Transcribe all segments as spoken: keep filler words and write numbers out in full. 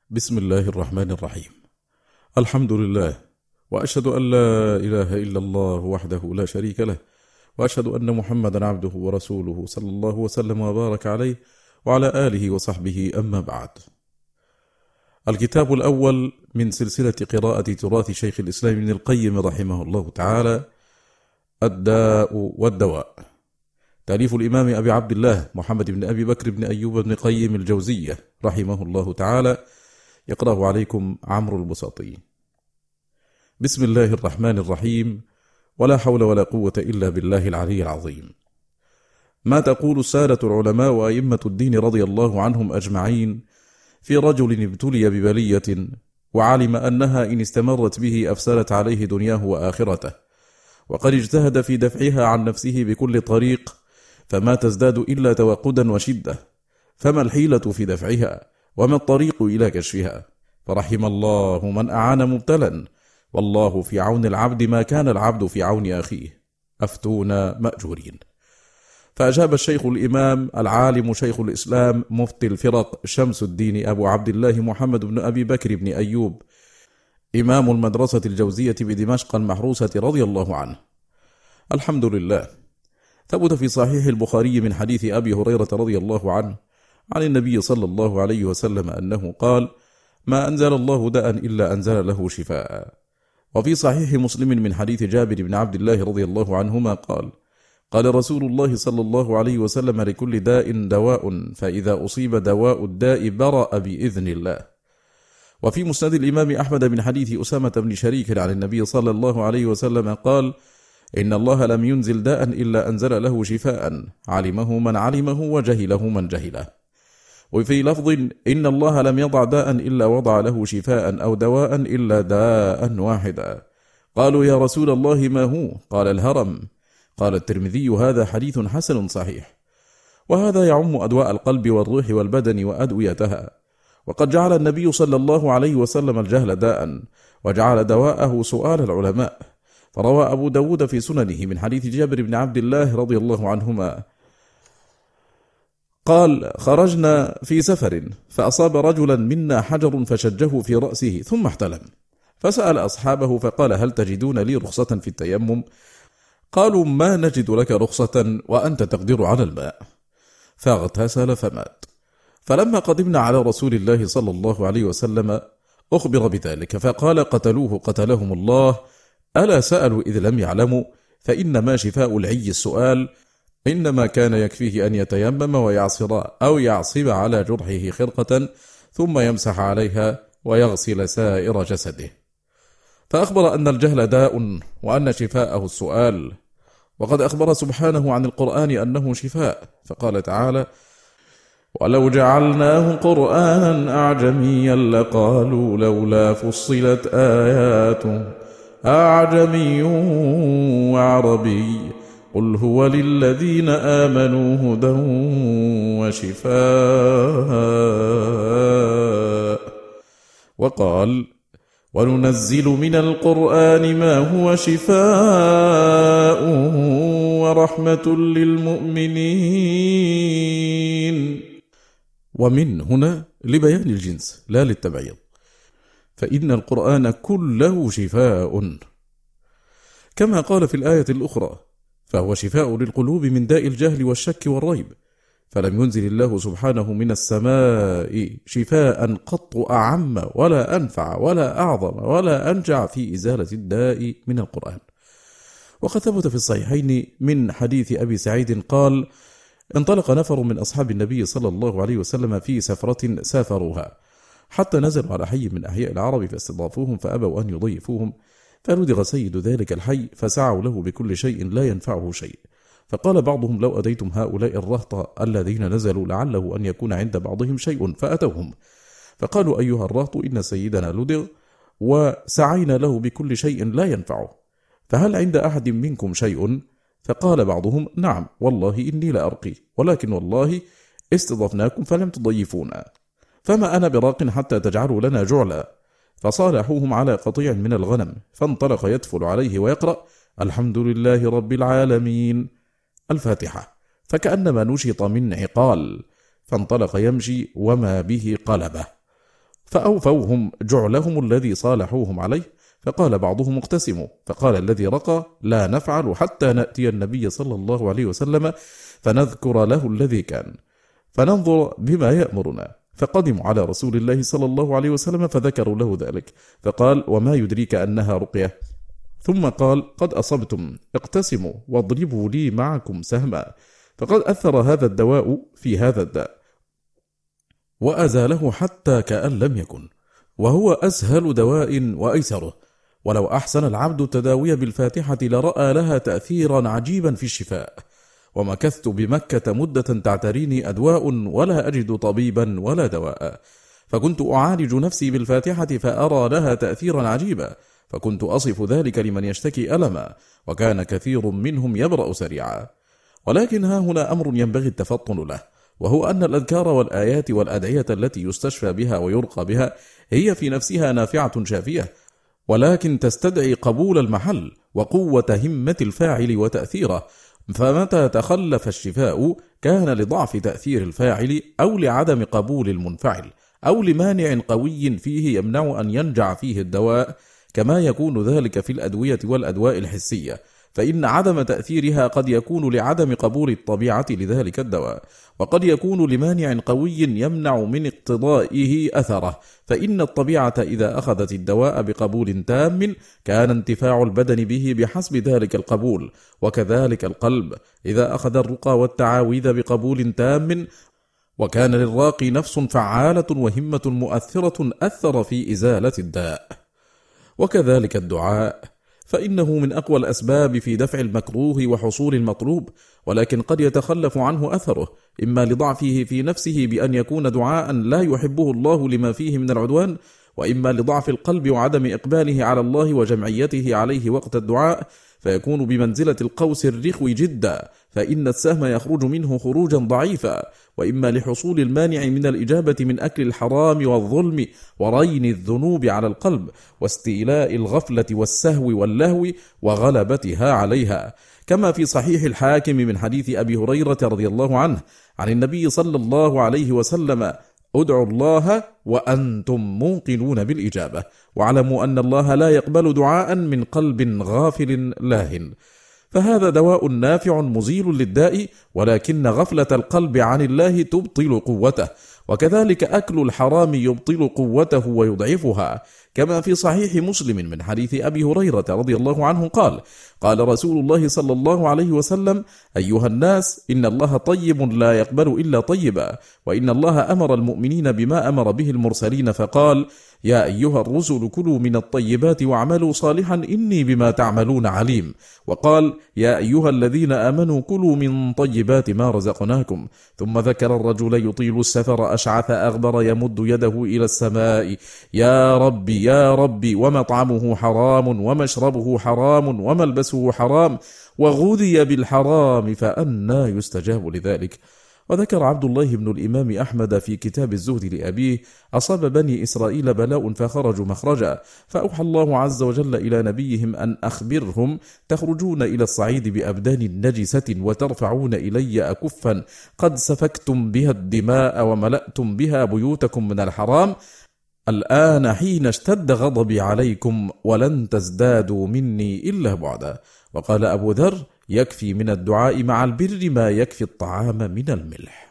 بسم الله الرحمن الرحيم. الحمد لله، وأشهد أن لا إله إلا الله وحده لا شريك له، وأشهد أن محمدا عبده ورسوله صلى الله وسلم وبارك عليه وعلى آله وصحبه، أما بعد. الكتاب الأول من سلسلة قراءة تراث شيخ الإسلام ابن القيم رحمه الله تعالى، الداء والدواء، تأليف الإمام أبي عبد الله محمد بن أبي بكر بن أيوب بن قيم الجوزية رحمه الله تعالى، يقرأه عليكم عمرو البساطي. بسم الله الرحمن الرحيم، ولا حول ولا قوة إلا بالله العلي العظيم. ما تقول السادة العلماء وأئمة الدين رضي الله عنهم أجمعين في رجل ابتلي ببلية وعلم أنها إن استمرت به أفسدت عليه دنياه وآخرته، وقد اجتهد في دفعها عن نفسه بكل طريق، فما تزداد إلا توقدا وشدة، فما الحيلة في دفعها؟ وما الطريق إلى كشفها؟ فرحم الله من أعان مبتلا، والله في عون العبد ما كان العبد في عون أخيه، أفتونا مأجورين. فأجاب الشيخ الإمام العالم شيخ الإسلام مفتي الفرق شمس الدين أبو عبد الله محمد بن أبي بكر بن أيوب، إمام المدرسة الجوزية بدمشق المحروسة رضي الله عنه: الحمد لله. ثبت في صحيح البخاري من حديث أبي هريرة رضي الله عنه عن النبي صلى الله عليه وسلم أنه قال: ما أنزل الله داء إلا أنزل له شفاء. وفي صحيح مسلم من حديث جابر بن عبد الله رضي الله عنهما قال: قال رسول الله صلى الله عليه وسلم: لكل داء دواء، فإذا أصيب دواء الداء برأ بإذن الله. وفي مسند الإمام أحمد من حديث أسامة بن شريك عن النبي صلى الله عليه وسلم قال: إن الله لم ينزل داء إلا أنزل له شفاء، علمه من علمه وجهله من جهله. وفي لفظ: إن الله لم يضع داء إلا وضع له شفاء أو دواء إلا داء واحدا. قالوا: يا رسول الله ما هو؟ قال: الهرم. قال الترمذي: هذا حديث حسن صحيح. وهذا يعم أدواء القلب والروح والبدن وأدويتها. وقد جعل النبي صلى الله عليه وسلم الجهل داء، وجعل دواءه سؤال العلماء. فروى أبو داود في سننه من حديث جابر بن عبد الله رضي الله عنهما قال: خرجنا في سفر فأصاب رجلا منا حجر فشجه في رأسه ثم احتلم، فسأل أصحابه فقال: هل تجدون لي رخصة في التيمم؟ قالوا: ما نجد لك رخصة وأنت تقدر على الماء. فاغتسل فمات. فلما قدمنا على رسول الله صلى الله عليه وسلم أخبر بذلك، فقال: قتلوه قتلهم الله، ألا سألوا إذ لم يعلموا؟ فإنما شفاء العي السؤال، إنما كان يكفيه أن يتيمم ويعصر أو يعصب على جرحه خرقة ثم يمسح عليها ويغسل سائر جسده. فأخبر أن الجهل داء وأن شفاءه السؤال. وقد أخبر سبحانه عن القرآن أنه شفاء، فقال تعالى: ولو جعلناه قرآنا أعجميا لقالوا لولا فصلت آياته أعجمي وعربي قل هو للذين آمنوا هدى وشفاء. وقال: وننزل من القرآن ما هو شفاء ورحمة للمؤمنين. ومن هنا لبيان الجنس لا للتبعيض، فإن القرآن كله شفاء، كما قال في الآية الأخرى: فهو شفاء للقلوب من داء الجهل والشك والريب. فلم ينزل الله سبحانه من السماء شفاء قط أعم ولا أنفع ولا أعظم ولا أنجع في إزالة الداء من القرآن. وقد ثبت في الصحيحين من حديث أبي سعيد قال: انطلق نفر من أصحاب النبي صلى الله عليه وسلم في سفرة سافروها، حتى نزلوا على حي من أحياء العرب فاستضافوهم فأبوا أن يضيفوهم، فندغ سيد ذلك الحي فسعوا له بكل شيء لا ينفعه شيء. فقال بعضهم: لو أتيتم هؤلاء الرهط الذين نزلوا لعله أن يكون عند بعضهم شيء، فأتوهم فقالوا: أيها الرهط، إن سيدنا لدغ وسعينا له بكل شيء لا ينفعه، فهل عند أحد منكم شيء؟ فقال بعضهم: نعم والله إني لأرقي، ولكن والله استضفناكم فلم تضيفونا، فما أنا براق حتى تجعلوا لنا جعلا. فصالحوهم على قطيع من الغنم، فانطلق يدفل عليه ويقرأ: الحمد لله رب العالمين، الفاتحة، فكأنما نشط من عقال، فانطلق يمشي وما به قلبه. فأوفوهم جعلهم الذي صالحوهم عليه، فقال بعضهم اقتسموا، فقال الذي رقى لا نفعل حتى نأتي النبي صلى الله عليه وسلم فنذكر له الذي كان فننظر بما يأمرنا. فقدموا على رسول الله صلى الله عليه وسلم فذكروا له ذلك، فقال وما يدريك أنها رقية؟ ثم قال قد أصبتم، اقتسموا واضربوا لي معكم سهما، فقد أثر هذا الدواء في هذا الداء وأزاله حتى كأن لم يكن، وهو أسهل دواء وأيسره. ولو أحسن العبد التداوي بالفاتحة لرأى لها تأثيرا عجيبا في الشفاء. ومكثت بمكة مدة تعتريني أدواء ولا أجد طبيبا ولا دواء، فكنت أعالج نفسي بالفاتحة فأرى لها تأثيرا عجيبا، فكنت أصف ذلك لمن يشتكي ألما، وكان كثير منهم يبرأ سريعا. ولكن ها هنا أمر ينبغي التفطن له، وهو أن الأذكار والآيات والأدعية التي يستشفى بها ويرقى بها هي في نفسها نافعة شافية، ولكن تستدعي قبول المحل وقوة همة الفاعل وتأثيره، فمتى تخلف الشفاء كان لضعف تأثير الفاعل أو لعدم قبول المنفعل أو لمانع قوي فيه يمنع أن ينجع فيه الدواء، كما يكون ذلك في الأدوية والأدواء الحسية، فإن عدم تأثيرها قد يكون لعدم قبول الطبيعة لذلك الدواء، وقد يكون لمانع قوي يمنع من اقتضائه أثره، فإن الطبيعة إذا أخذت الدواء بقبول تام كان انتفاع البدن به بحسب ذلك القبول، وكذلك القلب إذا أخذ الرقى والتعاويذ بقبول تام، وكان للراقي نفس فعالة وهمة مؤثرة أثر في إزالة الداء. وكذلك الدعاء، فإنه من أقوى الأسباب في دفع المكروه وحصول المطلوب، ولكن قد يتخلف عنه أثره، إما لضعفه في نفسه بأن يكون دعاء لا يحبه الله لما فيه من العدوان، وإما لضعف القلب وعدم إقباله على الله وجمعيته عليه وقت الدعاء، فيكون بمنزلة القوس الرخو جدا، فإن السهم يخرج منه خروجا ضعيفا، وإما لحصول المانع من الإجابة من أكل الحرام والظلم ورين الذنوب على القلب واستيلاء الغفلة والسهو واللهو وغلبتها عليها، كما في صحيح الحاكم من حديث أبي هريرة رضي الله عنه عن النبي صلى الله عليه وسلم: ادعوا الله وأنتم موقنون بالإجابة، واعلموا أن الله لا يقبل دعاء من قلب غافل لاهٍ. فهذا دواء نافع مزيل للداء، ولكن غفلة القلب عن الله تبطل قوته، وكذلك أكل الحرام يبطل قوته ويضعفها، كما في صحيح مسلم من حديث أبي هريرة رضي الله عنه قال: قال رسول الله صلى الله عليه وسلم: أيها الناس، إن الله طيب لا يقبل إلا طيبا، وإن الله أمر المؤمنين بما أمر به المرسلين فقال: يا أيها الرسل كلوا من الطيبات واعملوا صالحا إني بما تعملون عليم، وقال: يا أيها الذين آمنوا كلوا من طيبات ما رزقناكم، ثم ذكر الرجل يطيل السفر أشعث أغبر يمد يده إلى السماء: يا ربي يا ربي، ومطعمه حرام ومشربه حرام وملبسه حرام وغذي بالحرام فأنى يستجاب لذلك. وذكر عبد الله بن الإمام أحمد في كتاب الزهد لأبيه: أصاب بني إسرائيل بلاء فخرجوا مخرجا، فأوحى الله عز وجل إلى نبيهم أن أخبرهم: تخرجون إلى الصعيد بأبدان نجسة وترفعون إلي أكفا قد سفكتم بها الدماء وملأتم بها بيوتكم من الحرام، الآن حين اشتد غضبي عليكم ولن تزدادوا مني إلا بعدا. وقال أبو ذر: يكفي من الدعاء مع البر ما يكفي الطعام من الملح.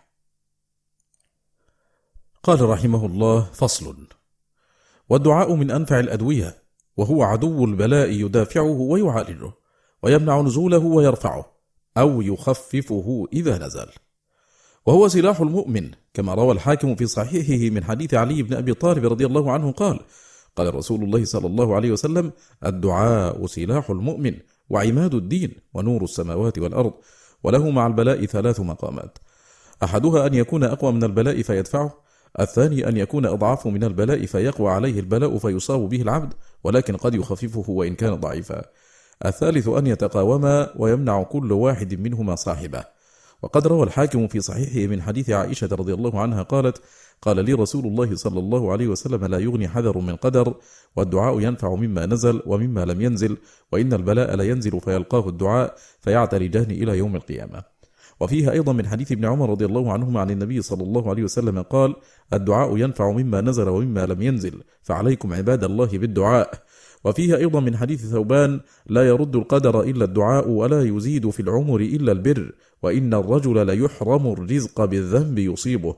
قال رحمه الله: فصل. والدعاء من أنفع الأدوية، وهو عدو البلاء يدافعه ويعالجه، ويمنع نزوله ويرفعه أو يخففه إذا نزل، وهو سلاح المؤمن، كما روى الحاكم في صحيحه من حديث علي بن أبي طالب رضي الله عنه قال: قال رسول الله صلى الله عليه وسلم: الدعاء سلاح المؤمن وعماد الدين ونور السماوات والأرض، وله مع البلاء ثلاث مقامات: أحدها أن يكون أقوى من البلاء فيدفعه، الثاني أن يكون أضعف من البلاء فيقوى عليه البلاء فيصاب به العبد ولكن قد يخففه وإن كان ضعيفا، الثالث أن يتقاوما ويمنع كل واحد منهما صاحبه. وقد روى الحاكم في صحيحه من حديث عائشة رضي الله عنها قالت: قال لي رسول الله صلى الله عليه وسلم: لا يغني حذر من قدر، والدعاء ينفع مما نزل ومما لم ينزل، وإن البلاء لا ينزل فيلقاه الدعاء فيعتلجان إلى يوم القيامة. وفيها أيضا من حديث ابن عمر رضي الله عنهما عن النبي صلى الله عليه وسلم قال: الدعاء ينفع مما نزل ومما لم ينزل، فعليكم عباد الله بالدعاء. وفيها أيضا من حديث ثوبان: لا يرد القدر إلا الدعاء، ولا يزيد في العمر إلا البر، وإن الرجل ليحرم الرزق بالذنب يصيبه.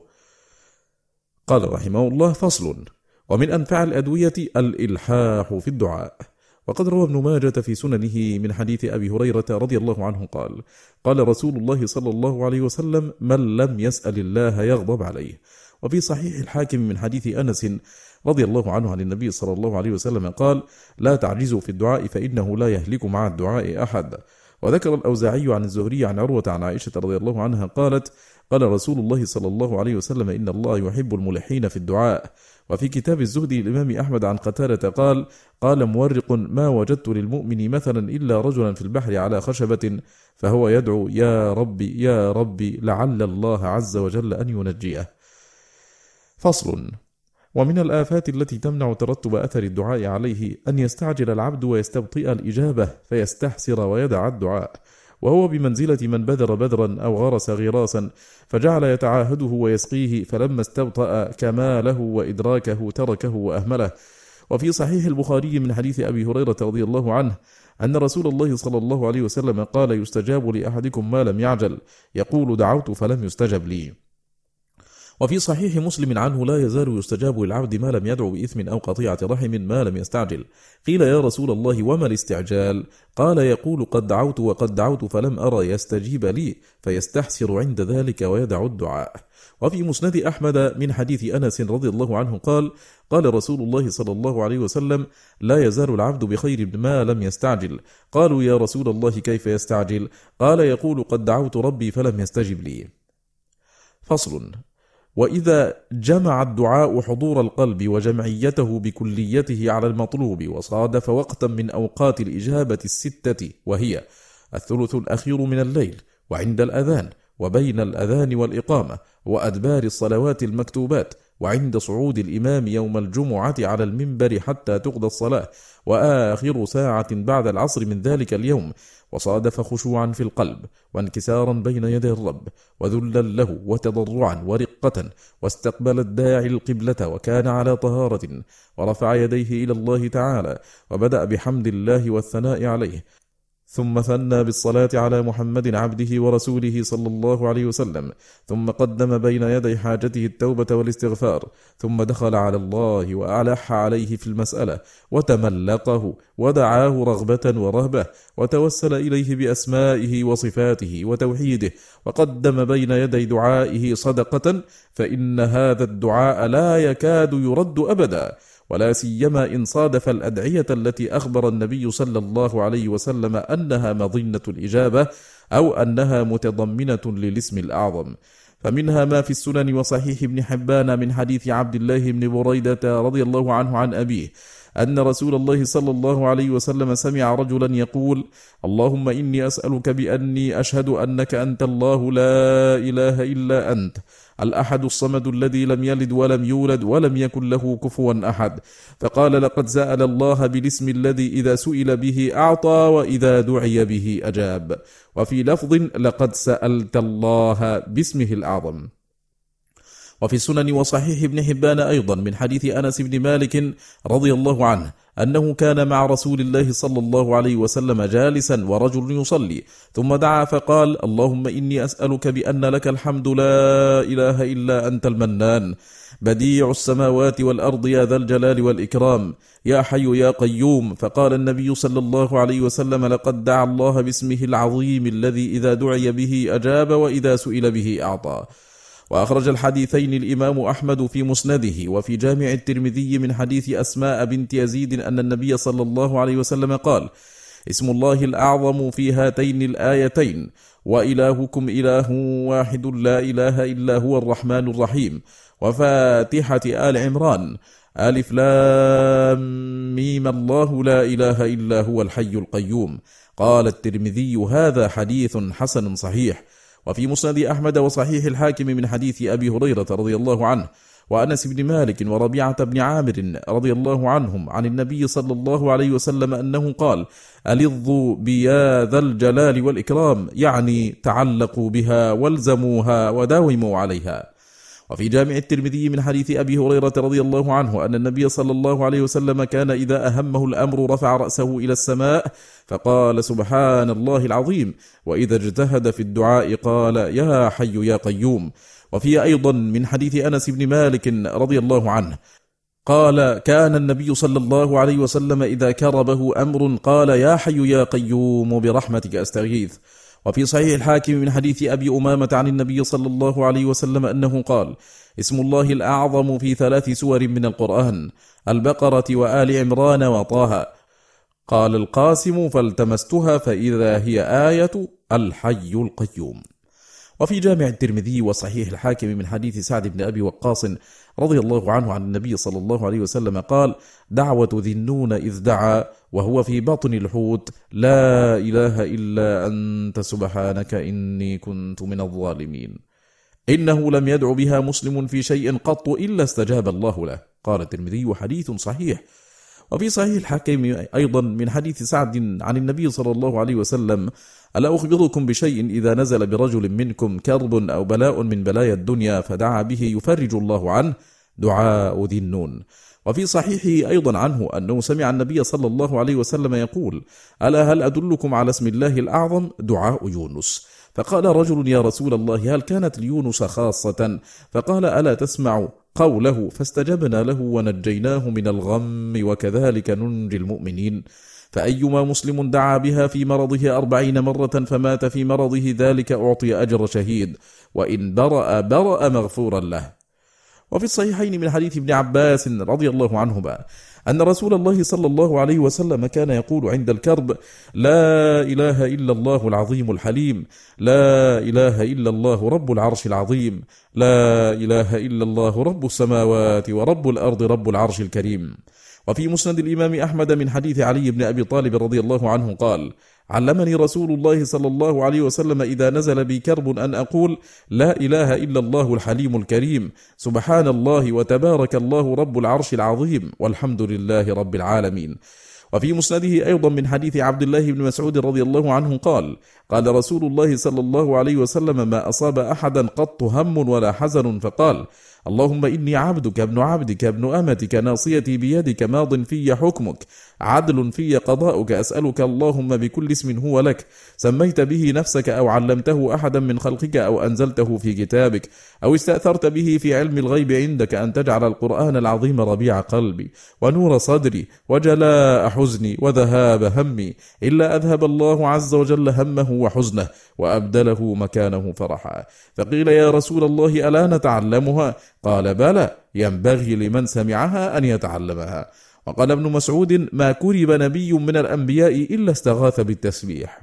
قال رحمه الله: فصل. ومن أنفع الأدوية الإلحاح في الدعاء. وقد روى ابن ماجة في سننه من حديث أبي هريرة رضي الله عنه قال: قال رسول الله صلى الله عليه وسلم: من لم يسأل الله يغضب عليه. وفي صحيح الحاكم من حديث أنس رضي الله عنه عن النبي صلى الله عليه وسلم قال: لا تعجزوا في الدعاء فإنه لا يهلك مع الدعاء أحد. وذكر الأوزاعي عن الزهري عن عروة عن عائشة رضي الله عنها قالت: قال رسول الله صلى الله عليه وسلم: إن الله يحب الملحين في الدعاء. وفي كتاب الزهد الإمام أحمد عن قتادة قال: قال مورق: ما وجدت للمؤمن مثلا إلا رجلا في البحر على خشبة فهو يدعو: يا ربي يا ربي، لعل الله عز وجل أن ينجيه. فصل. ومن الآفات التي تمنع ترتب أثر الدعاء عليه أن يستعجل العبد ويستبطئ الإجابة فيستحسر ويدع الدعاء، وهو بمنزلة من بذر بذرا أو غرس غراسا فجعل يتعاهده ويسقيه، فلما استبطأ كماله وإدراكه تركه وأهمله. وفي صحيح البخاري من حديث أبي هريرة رضي الله عنه أن رسول الله صلى الله عليه وسلم قال: يستجاب لأحدكم ما لم يعجل، يقول: دعوت فلم يستجب لي. وفي صحيح مسلم عنه: لا يزال يستجاب للعبد ما لم يدعو بإثم أو قطيعة رحم ما لم يستعجل. قيل: يا رسول الله وما الاستعجال؟ قال: يقول: قد دعوت وقد دعوت فلم أرى يستجيب لي، فيستحسر عند ذلك ويدع الدعاء. وفي مسند أحمد من حديث أنس رضي الله عنه قال: قال رسول الله صلى الله عليه وسلم: لا يزال العبد بخير ما لم يستعجل. قالوا: يا رسول الله كيف يستعجل؟ قال: يقول: قد دعوت ربي فلم يستجب لي. فصل. وإذا جمع الدعاء حضور القلب وجمعيته بكليته على المطلوب، وصادف وقتا من أوقات الإجابة الستة، وهي الثلث الأخير من الليل، وعند الأذان، وبين الأذان والإقامة، وأدبار الصلوات المكتوبات، وعند صعود الإمام يوم الجمعة على المنبر حتى تقضى الصلاة، وآخر ساعة بعد العصر من ذلك اليوم، وصادف خشوعا في القلب وانكسارا بين يدي الرب وذلا له وتضرعا ورقة، واستقبل الداعي القبلة وكان على طهارة، ورفع يديه إلى الله تعالى، وبدأ بحمد الله والثناء عليه، ثم ثنى بالصلاة على محمد عبده ورسوله صلى الله عليه وسلم، ثم قدم بين يدي حاجته التوبة والاستغفار، ثم دخل على الله وألح عليه في المسألة وتملقه ودعاه رغبة ورهبة، وتوسل إليه بأسمائه وصفاته وتوحيده، وقدم بين يدي دعائه صدقة، فإن هذا الدعاء لا يكاد يرد أبدا، ولا سيما إن صادف الأدعية التي أخبر النبي صلى الله عليه وسلم أنها مظنة الإجابة، أو أنها متضمنة للاسم الأعظم. فمنها ما في السنن وصحيح ابن حبان من حديث عبد الله بن بريدة رضي الله عنه عن أبيه أن رسول الله صلى الله عليه وسلم سمع رجلا يقول: اللهم إني أسألك بأني أشهد أنك أنت الله لا إله إلا أنت الأحد الصمد الذي لم يلد ولم يولد ولم يكن له كفوا أحد. فقال: لقد سأل الله بالاسم الذي إذا سئل به أعطى وإذا دعي به أجاب. وفي لفظ: لقد سألت الله باسمه الأعظم. وفي السنن وصحيح ابن حبان أيضا من حديث أنس بن مالك رضي الله عنه أنه كان مع رسول الله صلى الله عليه وسلم جالسا ورجل يصلي، ثم دعا فقال: اللهم إني أسألك بأن لك الحمد لا إله إلا أنت المنان، بديع السماوات والأرض يا ذا الجلال والإكرام، يا حي يا قيوم. فقال النبي صلى الله عليه وسلم: لقد دعا الله باسمه العظيم الذي إذا دعي به أجاب وإذا سئل به أعطى. وأخرج الحديثين الإمام أحمد في مسنده، وفي جامع الترمذي من حديث أسماء بنت يزيد أن النبي صلى الله عليه وسلم قال: اسم الله الأعظم في هاتين الآيتين: وإلهكم إله واحد لا إله إلا هو الرحمن الرحيم. وفاتحة آل عمران: ألف لام ميم الله لا إله إلا هو الحي القيوم. قال الترمذي: هذا حديث حسن صحيح. وفي مسند أحمد وصحيح الحاكم من حديث أبي هريرة رضي الله عنه: وأنس بن مالك وربيعة بن عامر رضي الله عنهم عن النبي صلى الله عليه وسلم أنه قال: ألظوا بيا ذا الجلال والإكرام، يعني تعلقوا بها والزموها وداوموا عليها. وفي جامع الترمذي من حديث أبي هريرة رضي الله عنه أن النبي صلى الله عليه وسلم كان إذا أهمه الأمر رفع رأسه إلى السماء فقال: سبحان الله العظيم، وإذا اجتهد في الدعاء قال: يا حي يا قيوم. وفي أيضا من حديث أنس بن مالك رضي الله عنه قال: كان النبي صلى الله عليه وسلم إذا كربه أمر قال: يا حي يا قيوم برحمتك أستغيث. وفي صحيح الحاكم من حديث أبي أمامة عن النبي صلى الله عليه وسلم أنه قال: اسم الله الأعظم في ثلاث سور من القرآن: البقرة وآل عمران وطه. قال القاسم: فالتمستها فإذا هي آية الحي القيوم. وفي جامع الترمذي وصحيح الحاكم من حديث سعد بن أبي وقاص رضي الله عنه عن النبي صلى الله عليه وسلم قال: دعوة ذي النون إذ دعا وهو في بطن الحوت: لا إله إلا أنت سبحانك إني كنت من الظالمين. إنه لم يدع بها مسلم في شيء قط إلا استجاب الله له. قال الترمذي: حديث صحيح. وفي صحيح الحاكم أيضا من حديث سعد عن النبي صلى الله عليه وسلم: ألا أخبركم بشيء إذا نزل برجل منكم كرب أو بلاء من بلايا الدنيا فدعا به يفرج الله عنه؟ دعاء ذي النون. وفي صحيحه أيضا عنه أنه سمع النبي صلى الله عليه وسلم يقول: ألا هل أدلكم على اسم الله الأعظم؟ دعاء يونس. فقال رجل: يا رسول الله، هل كانت ليونس خاصة؟ فقال: ألا تسمع قوله: فاستجبنا له ونجيناه من الغم وكذلك ننجي المؤمنين. فأيما مسلم دعا بها في مرضه أربعين مرة فمات في مرضه ذلك أعطي أجر شهيد، وإن برأ برأ مغفورا له. وفي الصحيحين من حديث ابن عباس رضي الله عنهما أن رسول الله صلى الله عليه وسلم كان يقول عند الكرب: لا إله إلا الله العظيم الحليم، لا إله إلا الله رب العرش العظيم، لا إله إلا الله رب السماوات ورب الأرض رب العرش الكريم. وفي مسند الإمام أحمد من حديث علي بن أبي طالب رضي الله عنه قال: علمني رسول الله صلى الله عليه وسلم إذا نزل بي كرب أن أقول: لا إله إلا الله الحليم الكريم، سبحان الله وتبارك الله رب العرش العظيم، والحمد لله رب العالمين. وفي مسنده أيضا من حديث عبد الله بن مسعود رضي الله عنه قال: قال رسول الله صلى الله عليه وسلم: ما أصاب أحدا قط هم ولا حزن فقال: اللهم إني عبدك ابن عبدك ابن أمتك ناصيتي بيدك ماض في حكمك عدل في قضاؤك أسألك اللهم بكل اسم هو لك سميت به نفسك أو علمته أحدا من خلقك أو أنزلته في كتابك أو استأثرت به في علم الغيب عندك أن تجعل القرآن العظيم ربيع قلبي ونور صدري وجلاء حزني وذهاب همي إلا أذهب الله عز وجل همه وحزنه وأبدله مكانه فرحا. فقيل: يا رسول الله ألا نتعلمها؟ قال: بلى، ينبغي لمن سمعها أن يتعلمها. وقال ابن مسعود: ما كرب نبي من الأنبياء إلا استغاث بالتسبيح.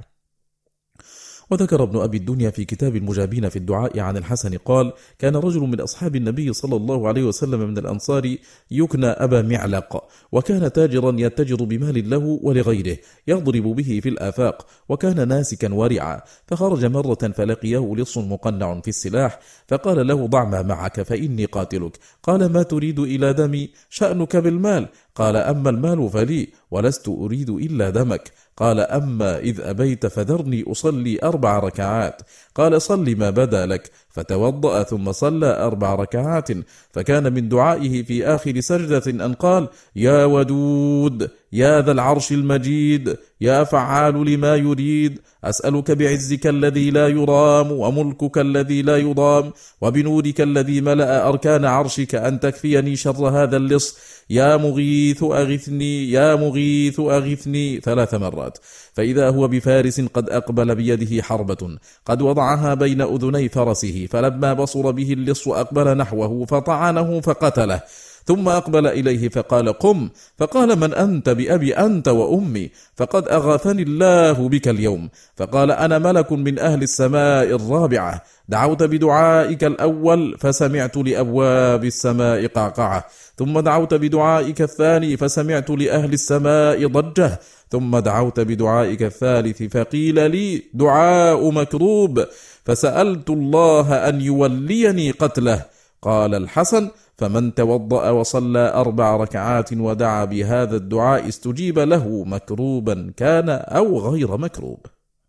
وذكر ابن أبي الدنيا في كتاب المجابين في الدعاء عن الحسن قال: كان رجل من أصحاب النبي صلى الله عليه وسلم من الأنصار يكنى أبا معلق، وكان تاجرا يتجر بمال له ولغيره يضرب به في الآفاق، وكان ناسكا ورعا. فخرج مرة فلقيه لص مقنع في السلاح، فقال له: ضع ما معك فإني قاتلك. قال: ما تريد إلى دمي؟ شأنك بالمال. قال: أما المال فلي ولست أريد إلا دمك. قال: أما إذ أبيت فذرني أصلي أربع ركعات. قال: صل ما بدا لك. فتوضأ ثم صلى أربع ركعات. فكان من دعائه في آخر سجدة أن قال: يا ودود يا ذا العرش المجيد يا فعال لما يريد أسألك بعزك الذي لا يرام وملكك الذي لا يضام وبنورك الذي ملأ أركان عرشك أن تكفيني شر هذا اللص. يا مغيث أغثني يا مغيث أغثني ثلاث مرات. فإذا هو بفارس قد أقبل بيده حربة قد وضعها بين أذني فرسه، فلما بصر به اللص أقبل نحوه فطعنه فقتله، ثم أقبل إليه فقال: قم. فقال: من أنت؟ بأبي أنت وأمي، فقد أغاثني الله بك اليوم. فقال: أنا ملك من أهل السماء الرابعة، دعوت بدعائك الأول فسمعت لأبواب السماء قعقعة، ثم دعوت بدعائك الثاني فسمعت لأهل السماء ضجة، ثم دعوت بدعائك الثالث فقيل لي دعاء مكروب، فسألت الله أن يوليني قتله. قال الحسن: فمن توضأ وصلى أربع ركعات ودعا بهذا الدعاء استجيب له مكروبا كان أو غير مكروب.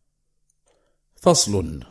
فصل.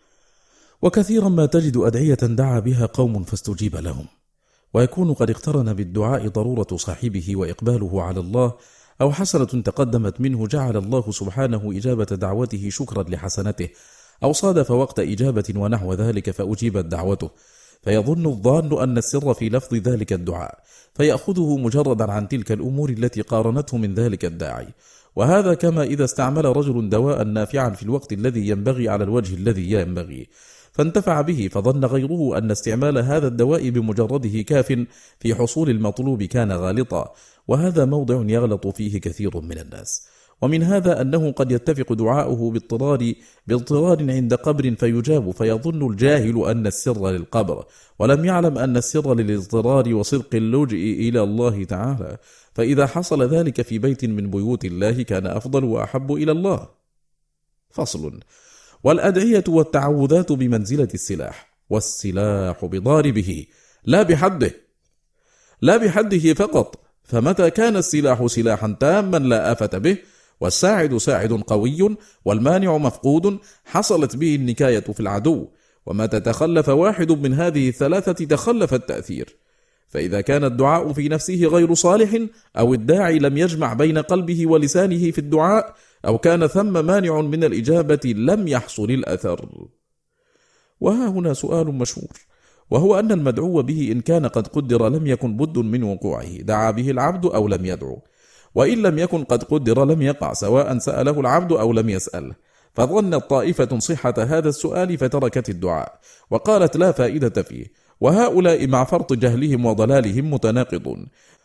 وكثيرا ما تجد أدعية دعا بها قوم فاستجيب لهم، ويكون قد اقترن بالدعاء ضرورة صاحبه وإقباله على الله، أو حسنة تقدمت منه جعل الله سبحانه إجابة دعوته شكرا لحسنته، أو صادف وقت إجابة ونحو ذلك فأجيبت دعوته، فيظن الظان أن السر في لفظ ذلك الدعاء، فيأخذه مجردا عن تلك الأمور التي قارنته من ذلك الداعي. وهذا كما إذا استعمل رجل دواء نافعا في الوقت الذي ينبغي على الوجه الذي ينبغي، فانتفع به، فظن غيره أن استعمال هذا الدواء بمجرده كاف في حصول المطلوب، كان غالطا، وهذا موضع يغلط فيه كثير من الناس. ومن هذا أنه قد يتفق دعاؤه باضطرار باضطرار عند قبر فيجاب، فيظن الجاهل أن السر للقبر، ولم يعلم أن السر للاضطرار وصدق اللجئ إلى الله تعالى، فإذا حصل ذلك في بيت من بيوت الله كان أفضل وأحب إلى الله. فصل. والأدعية والتعوذات بمنزلة السلاح، والسلاح بضاربه لا بحده لا بحده فقط، فمتى كان السلاح سلاحا تاما لا آفة به، والساعد ساعد قوي، والمانع مفقود، حصلت به النكاية في العدو، ومتى تخلف واحد من هذه الثلاثة تخلف التأثير. فإذا كان الدعاء في نفسه غير صالح، أو الداعي لم يجمع بين قلبه ولسانه في الدعاء، أو كان ثم مانع من الإجابة، لم يحصل الأثر. وها هنا سؤال مشهور، وهو أن المدعو به إن كان قد قدر لم يكن بد من وقوعه، دعا به العبد أو لم يدعو، وإن لم يكن قد قدر لم يقع، سواء سأله العبد أو لم يسأل. فظنت طائفة صحة هذا السؤال فتركت الدعاء، وقالت لا فائدة فيه، وهؤلاء مع فرط جهلهم وضلالهم متناقضون،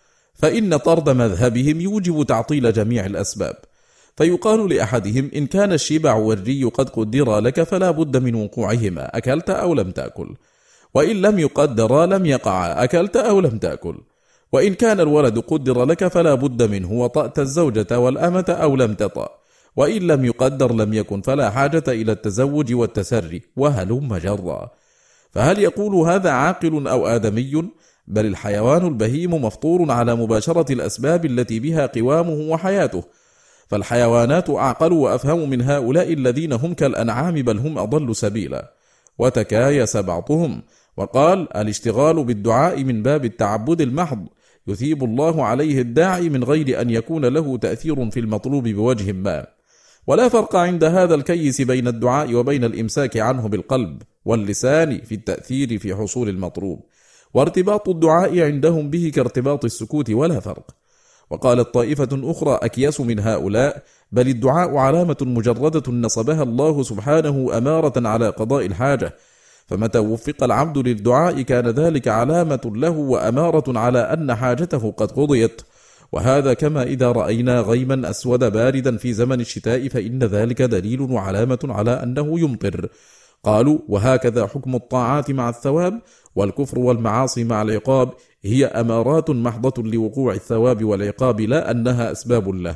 فإن طرد مذهبهم يوجب تعطيل جميع الأسباب. فيقال لأحدهم إن كان الشبع والري قد قدر لك فلا بد من وقوعهما، أكلت أو لم تأكل، وإن لم يقدر لم يقع، أكلت أو لم تأكل، وإن كان الولد قدر لك فلا بد منه، وطأت الزوجة والأمة أو لم تطأ، وإن لم يقدر لم يكن، فلا حاجة إلى التزوج والتسري، وهلم جرا. فهل يقول هذا عاقل أو آدمي؟ بل الحيوان البهيم مفطور على مباشرة الأسباب التي بها قوامه وحياته، فالحيوانات أعقل وأفهم من هؤلاء الذين هم كالأنعام، بل هم أضل سبيلا. وتكايس بعضهم وقال الاشتغال بالدعاء من باب التعبد المحض، يثيب الله عليه الداعي من غير أن يكون له تأثير في المطلوب بوجه ما. ولا فرق عند هذا الكيس بين الدعاء وبين الإمساك عنه بالقلب واللسان في التأثير في حصول المطلوب، وارتباط الدعاء عندهم به كارتباط السكوت ولا فرق. وقالت طائفة أخرى أكيس من هؤلاء بل الدعاء علامة مجردة نصبها الله سبحانه أمارة على قضاء الحاجة، فمتى وفق العبد للدعاء كان ذلك علامة له وأمارة على أن حاجته قد قضيت. وهذا كما إذا رأينا غيما أسود باردا في زمن الشتاء فإن ذلك دليل وعلامة على أنه يمطر. قالوا وهكذا حكم الطاعات مع الثواب، والكفر والمعاصي مع العقاب هي أمارات محضة لوقوع الثواب والعقاب، لا أنها أسباب له.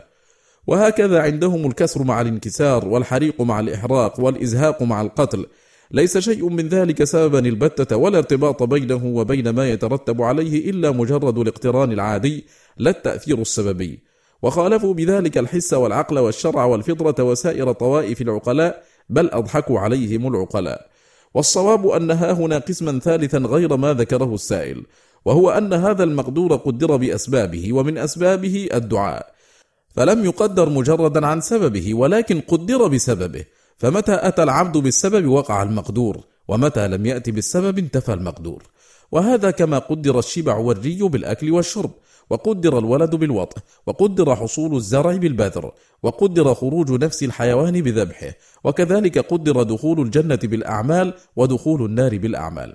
وهكذا عندهم الكسر مع الانكسار، والحريق مع الإحراق، والإزهاق مع القتل، ليس شيء من ذلك سببا البتة، ولا ارتباط بينه وبين ما يترتب عليه إلا مجرد الاقتران العادي لا التأثير السببي. وخالفوا بذلك الحس والعقل والشرع والفطرة وسائر طوائف العقلاء، بل أضحكوا عليهم العقلاء. والصواب أنها هنا قسما ثالثا غير ما ذكره السائل، وهو أن هذا المقدور قدر بأسبابه، ومن أسبابه الدعاء، فلم يقدر مجردا عن سببه ولكن قدر بسببه، فمتى أتى العبد بالسبب وقع المقدور، ومتى لم يأتي بالسبب انتفى المقدور. وهذا كما قدر الشبع والري بالأكل والشرب، وقدر الولد بالوطء، وقدر حصول الزرع بالبذر، وقدر خروج نفس الحيوان بذبحه، وكذلك قدر دخول الجنة بالأعمال ودخول النار بالأعمال.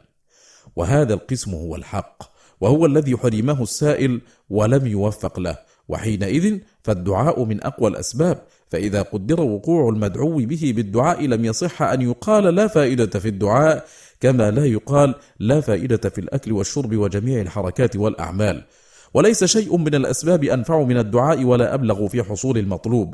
وهذا القسم هو الحق، وهو الذي حرمه السائل ولم يوفق له، وحينئذ فالدعاء من أقوى الأسباب. فإذا قدر وقوع المدعو به بالدعاء لم يصح أن يقال لا فائدة في الدعاء، كما لا يقال لا فائدة في الأكل والشرب وجميع الحركات والأعمال. وليس شيء من الأسباب أنفع من الدعاء ولا أبلغ في حصول المطلوب.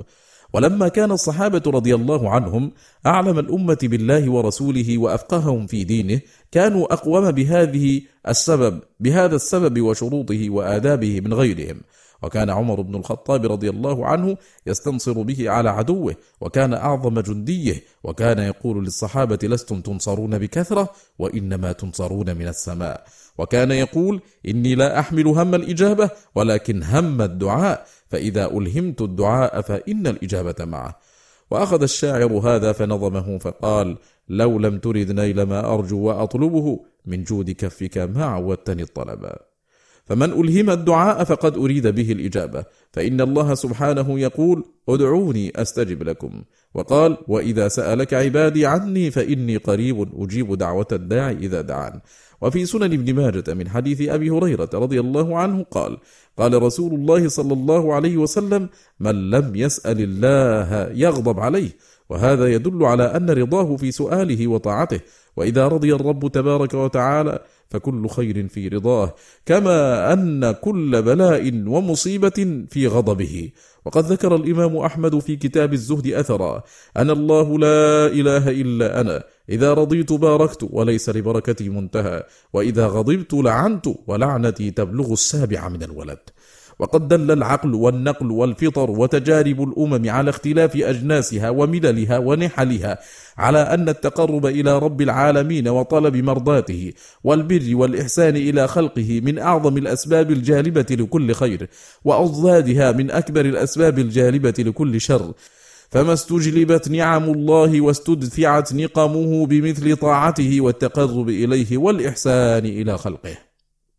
ولما كان الصحابة رضي الله عنهم أعلم الأمة بالله ورسوله وأفقههم في دينه، كانوا أقوم بهذه السبب بهذا السبب وشروطه وآدابه من غيرهم. وكان عمر بن الخطاب رضي الله عنه يستنصر به على عدوه، وكان أعظم جنديه، وكان يقول للصحابة: لستم تنصرون بكثرة، وإنما تنصرون من السماء. وكان يقول: إني لا أحمل هم الإجابة، ولكن هم الدعاء، فإذا ألهمت الدعاء فإن الإجابة معه. وأخذ الشاعر هذا فنظمه فقال: لو لم ترد نيل ما أرجو وأطلبه، من جود كفك ما عودتني الطلبا. فمن ألهم الدعاء فقد أريد به الإجابة، فإن الله سبحانه يقول: ادعوني أستجب لكم، وقال: وإذا سألك عبادي عني فإني قريب أجيب دعوة الداعي إذا دعان. وفي سنن ابن ماجه من حديث أبي هريرة رضي الله عنه قال: قال رسول الله صلى الله عليه وسلم: من لم يسأل الله يغضب عليه. وهذا يدل على أن رضاه في سؤاله وطاعته، وإذا رضي الرب تبارك وتعالى فكل خير في رضاه، كما أن كل بلاء ومصيبة في غضبه. وقد ذكر الإمام أحمد في كتاب الزهد أثرا: أنا الله لا إله إلا أنا، إذا رضيت باركت وليس لبركتي منتهى، وإذا غضبت لعنت ولعنتي تبلغ السابع من الولد. وقد دل العقل والنقل والفطر وتجارب الأمم على اختلاف أجناسها ومللها ونحلها على أن التقرب إلى رب العالمين وطلب مرضاته والبر والإحسان إلى خلقه من أعظم الأسباب الجالبة لكل خير، وأضدادها من أكبر الأسباب الجالبة لكل شر. فما استجلبت نعم الله واستدفعت نقمه بمثل طاعته والتقرب إليه والإحسان إلى خلقه.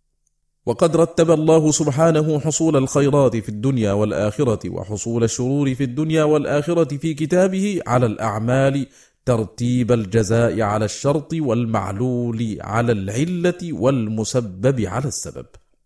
وقد رتب الله سبحانه حصول الخيرات في الدنيا والآخرة وحصول الشرور في الدنيا والآخرة في كتابه على الأعمال ترتيب الجزاء على الشرط والمعلول على العلة والمسبب على السبب.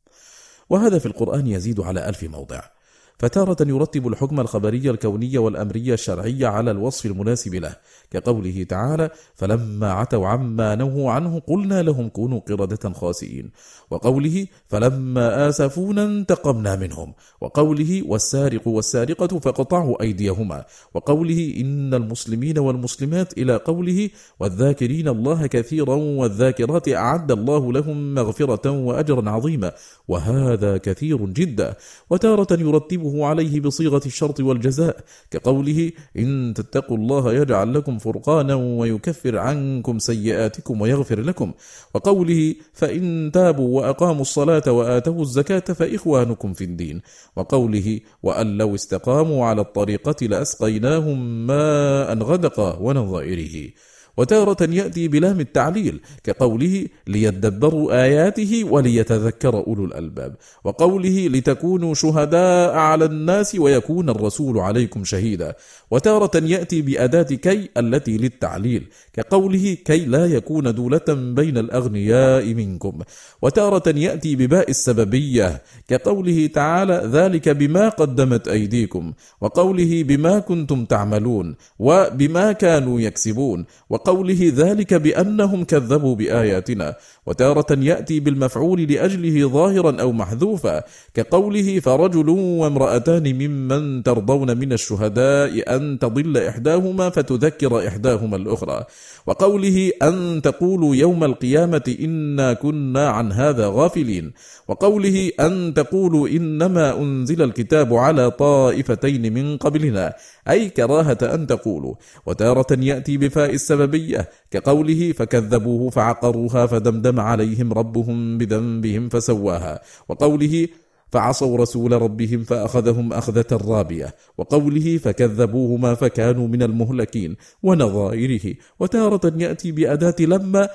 وهذا في القرآن يزيد على ألف موضع. فتارة يرتب الحكم الخبري الكوني والأمري الشرعي على الوصف المناسب له، كقوله تعالى: فلما عتوا عما نهوا عنه قلنا لهم كونوا قردة خاسئين، وقوله: فلما آسفونا انتقمنا منهم، وقوله: والسارق والسارقة فقطعوا أيديهما، وقوله: إن المسلمين والمسلمات، إلى قوله: والذاكرين الله كثيرا والذاكرات أعد الله لهم مغفرة وأجرا عظيما، وهذا كثير جدا. وتارة يرتبه عليه بصيغة الشرط والجزاء، كقوله: إن تتقوا الله يجعل لكم فرقانا ويكفر عنكم سيئاتكم ويغفر لكم، وقوله: فإن تابوا وأقاموا الصلاة وآتوا الزكاة فإخوانكم في الدين، وقوله: وأن لو استقاموا على الطريقة لأسقيناهم ماء غدقا، ونظائره. وتارة يأتي بلام التعليل، كقوله: ليدبروا آياته وليتذكر أولو الألباب، وقوله: لتكونوا شهداء على الناس ويكون الرسول عليكم شهيدا. وتارة يأتي بأداة كي التي للتعليل، كقوله: كي لا يكون دولة بين الأغنياء منكم. وتارة يأتي بباء السببية، كقوله تعالى: ذلك بما قدمت أيديكم، وقوله: بما كنتم تعملون، وبما كانوا يكسبون، وقوله: ذلك بأنهم كذبوا بآياتنا. وتارة يأتي بالمفعول لأجله ظاهرا أو محذوفا، كقوله: فرجل وامرأتان ممن ترضون من الشهداء أن تضل إحداهما فتذكر إحداهما الأخرى، وقوله: أن تقولوا يوم القيامة إنا كنا عن هذا غافلين، وقوله: أن تقولوا إنما أنزل الكتاب على طائفتين من قبلنا، أي كراهة أن تقولوا. وتارة يأتي بفاء السببية، كقوله: فكذبوه فعقروها فدمدم عليهم ربهم بذنبهم فسواها، وقوله: فعصوا رسول ربهم فأخذهم أخذة رابية، وقوله: فكذبوهما فكانوا من المهلكين، ونظائره. وتارة يأتي بأداة لما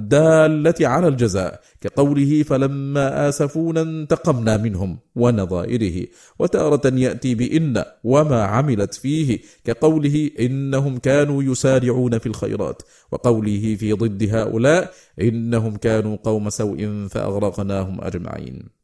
الدالة على الجزاء، كقوله: فلما آسفونا انتقمنا منهم، ونظائره. وتارة يأتي بإن وما عملت فيه، كقوله: إنهم كانوا يسارعون في الخيرات، وقوله في ضد هؤلاء: إنهم كانوا قوم سوء فأغرقناهم أجمعين.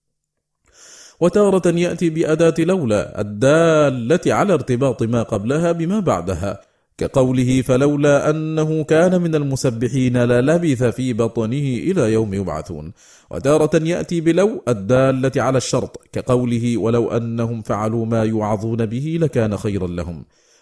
وتارة يأتي بأداة لولا الدالة على ارتباط ما قبلها بما بعدها، كقوله: فلولا أنه كان من المسبحين للبث في بطنه إلى يوم يبعثون. وتارة يأتي بلو الدالة على الشرط، كقوله: ولو أنهم فعلوا ما يوعظون به لكان خيرا لهم.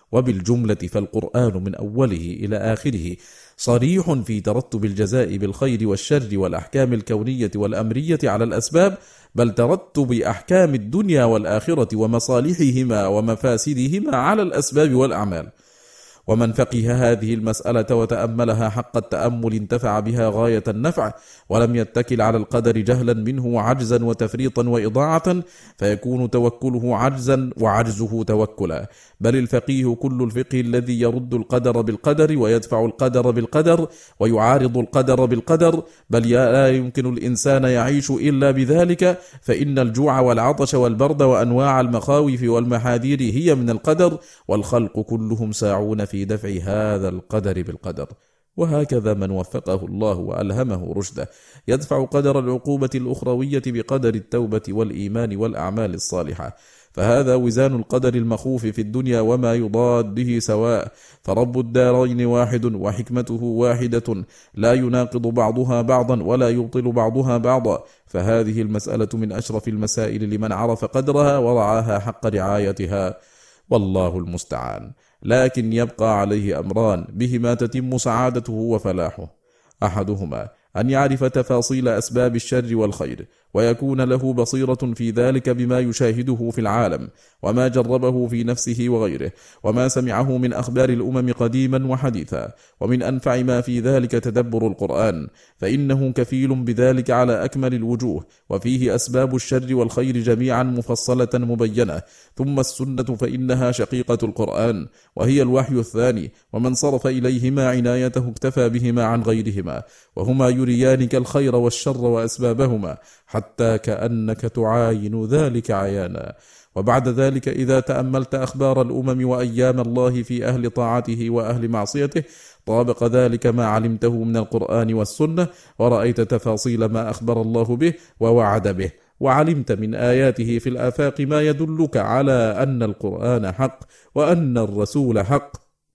وبالجملة فالقرآن من أوله إلى آخره صريح في ترتب الجزاء بالخير والشر والأحكام الكونية والأمرية على الأسباب، بل ترتب أحكام الدنيا والآخرة ومصالحهما ومفاسدهما على الأسباب والأعمال. ومن فقه هذه المسألة وتأملها حق التأمل انتفع بها غاية النفع، ولم يتكل على القدر جهلا منه وعجزا وتفريطا وإضاعة، فيكون توكله عجزا وعجزه توكلا. بل الفقيه كل الفقه الذي يرد القدر بالقدر ويدفع القدر بالقدر ويعارض القدر بالقدر، بل لا يمكن الإنسان يعيش إلا بذلك، فإن الجوع والعطش والبرد وأنواع المخاوف والمحاذير هي من القدر، والخلق كلهم ساعون في دفع هذا القدر بالقدر. وهكذا من وفقه الله وألهمه رشده يدفع قدر العقوبة الأخروية بقدر التوبة والإيمان والأعمال الصالحة، فهذا وزان القدر المخوف في الدنيا وما يضاده سواء، فرب الدارين واحد وحكمته واحدة لا يناقض بعضها بعضا ولا يبطل بعضها بعضا. فهذه المسألة من أشرف المسائل لمن عرف قدرها ورعاها حق رعايتها، والله المستعان. لكن يبقى عليه أمران بهما تتم سعادته وفلاحه: أحدهما أن يعرف تفاصيل أسباب الشر والخير، ويكون له بصيرة في ذلك بما يشاهده في العالم وما جربه في نفسه وغيره وما سمعه من أخبار الأمم قديما وحديثا. ومن أنفع ما في ذلك تدبر القرآن، فإنه كفيل بذلك على أكمل الوجوه، وفيه أسباب الشر والخير جميعا مفصلة مبينة. ثم السنة فإنها شقيقة القرآن وهي الوحي الثاني، ومن صرف إليهما عنايته اكتفى بهما عن غيرهما، وهما يريانك الخير والشر وأسبابهما حتى كأنك تعاين ذلك عيانا. وبعد ذلك إذا تأملت أخبار الأمم وأيام الله في أهل طاعته وأهل معصيته، طابق ذلك ما علمته من القرآن والسنة، ورأيت تفاصيل ما أخبر الله به ووعد به، وعلمت من آياته في الآفاق ما يدلك على أن القرآن حق، وأن الرسول حق،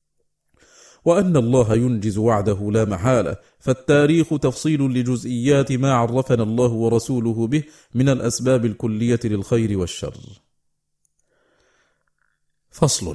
وأن الله ينجز وعده لا محالة. فالتاريخ تفصيل لجزئيات ما عرفنا الله ورسوله به من الأسباب الكلية للخير والشر. فصل.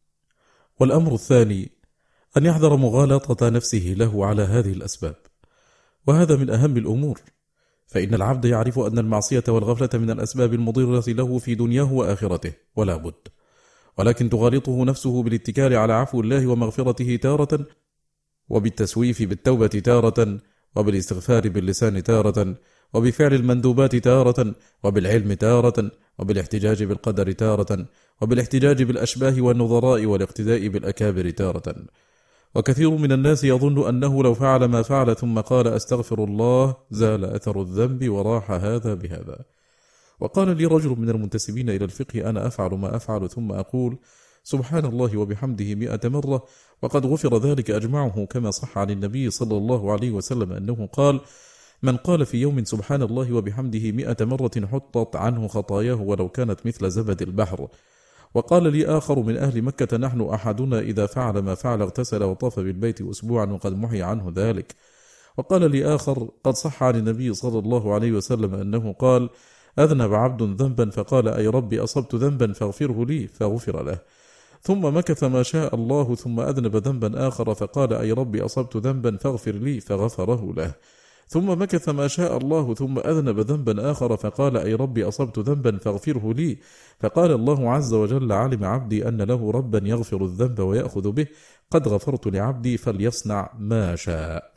والأمر الثاني أن يحذر مغالطة نفسه له على هذه الأسباب، وهذا من أهم الأمور، فإن العبد يعرف أن المعصية والغفلة من الأسباب المضرة له في دنياه وآخرته ولا بد، ولكن تغالطه نفسه بالاتكال على عفو الله ومغفرته تارة، وبالتسويف بالتوبة تارة، وبالاستغفار باللسان تارة، وبفعل المندوبات تارة، وبالعلم تارة، وبالاحتجاج بالقدر تارة، وبالاحتجاج بالأشباه والنظراء والاقتداء بالأكابر تارة. وكثير من الناس يظن أنه لو فعل ما فعل ثم قال أستغفر الله زال أثر الذنب وراح هذا بهذا. وقال لي رجل من المنتسبين إلى الفقه: أنا أفعل ما أفعل ثم أقول سبحان الله وبحمده مئة مرة وقد غفر ذلك أجمعه، كما صح عن النبي صلى الله عليه وسلم أنه قال: من قال في يوم سبحان الله وبحمده مئة مرة حطت عنه خطاياه ولو كانت مثل زبد البحر. وقال لي آخر من أهل مكة: نحن أحدنا إذا فعل ما فعل اغتسل وطاف بالبيت أسبوعا وقد محي عنه ذلك. وقال لي آخر: قد صح عن النبي صلى الله عليه وسلم أنه قال: أذنب عبد ذنبا فقال أي ربي أصبت ذنبا فاغفره لي فغفر له، ثم مكث ما شاء الله ثم أذنب ذنبا آخر فقال أي ربي أصبت ذنبا فاغفر لي فغفره له، ثم مكث ما شاء الله ثم أذنب ذنبا آخر فقال أي ربي أصبت ذنبا فاغفره لي، فقال الله عز وجل: علم عبدي أن له ربا يغفر الذنب ويأخذ به، قد غفرت لعبدي فليصنع ما شاء.